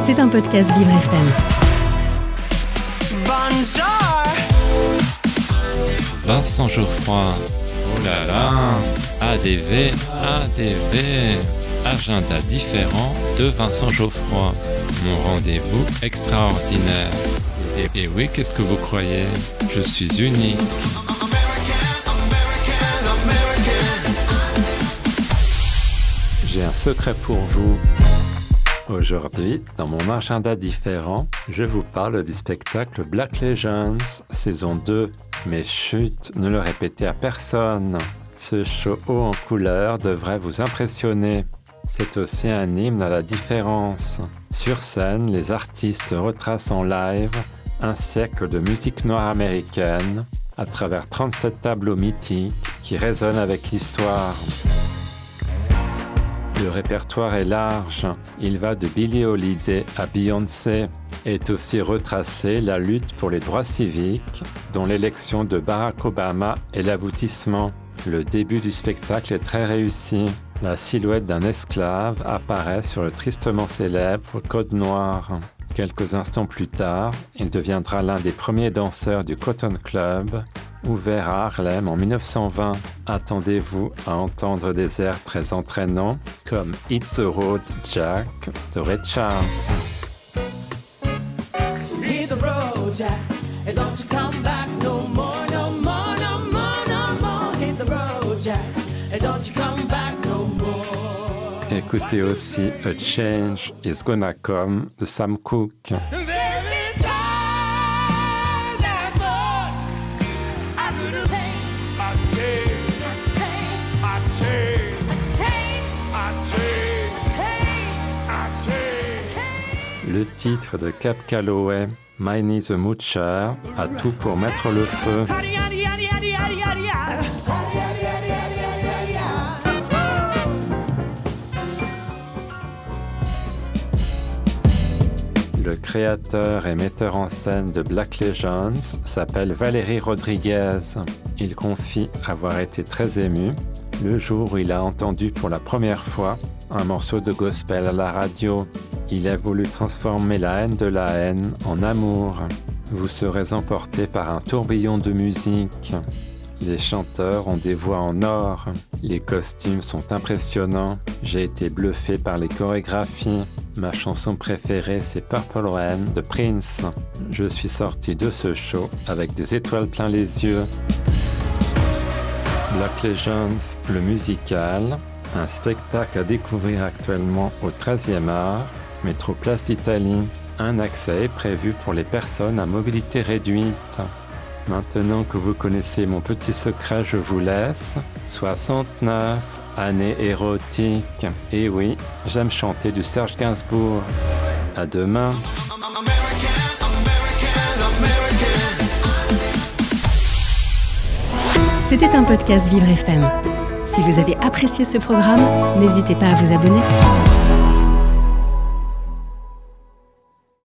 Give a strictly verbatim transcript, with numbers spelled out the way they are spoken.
C'est un podcast Vivre F M. Bonjour. Vincent Geoffroy. Oh là là. A D V, A D V. Agenda différent de Vincent Geoffroy. Mon rendez-vous extraordinaire. Et, et oui, qu'est-ce que vous croyez ? Je suis unique. J'ai un secret pour vous. Aujourd'hui, dans mon agenda différent, je vous parle du spectacle Black Legends, saison deux. Mais chut, ne le répétez à personne. Ce show haut en couleur devrait vous impressionner. C'est aussi un hymne à la différence. Sur scène, les artistes retracent en live un siècle de musique noire américaine à travers trente-sept tableaux mythiques qui résonnent avec l'histoire. Le répertoire est large. Il va de Billie Holiday à Beyoncé. Est aussi retracée la lutte pour les droits civiques, dont l'élection de Barack Obama est l'aboutissement. Le début du spectacle est très réussi. La silhouette d'un esclave apparaît sur le tristement célèbre Code Noir. Quelques instants plus tard, il deviendra l'un des premiers danseurs du Cotton Club, ouvert à Harlem en dix-neuf cent vingt. Attendez-vous à entendre des airs très entraînants, comme Hit the Road Jack de Ray Charles. Hit the road, Jack, and don't you come back no more, no more, no more, no more. Hit the road, Jack, and don't you come back no more. Écoutez aussi A Change Is Gonna Come de Sam Cooke. Le titre de Cab Calloway, Minnie the Moocher, a tout pour mettre le feu. Le créateur et metteur en scène de Black Legends s'appelle Valérie Rodriguez. Il confie avoir été très ému le jour où il a entendu pour la première fois un morceau de gospel à la radio. Il a voulu transformer la haine de la haine en amour. Vous serez emporté par un tourbillon de musique. Les chanteurs ont des voix en or. Les costumes sont impressionnants. J'ai été bluffé par les chorégraphies. Ma chanson préférée, c'est Purple Rain de Prince. Je suis sorti de ce show avec des étoiles plein les yeux. Black Legends, le musical, un spectacle à découvrir actuellement au treizième art, métro Place d'Italie. Un accès est prévu pour les personnes à mobilité réduite. Maintenant que vous connaissez mon petit secret, je vous laisse. soixante-neuf, année érotique. Et oui, j'aime chanter du Serge Gainsbourg. À demain. C'était un podcast Vivre F M. Si vous avez apprécié ce programme, n'hésitez pas à vous abonner.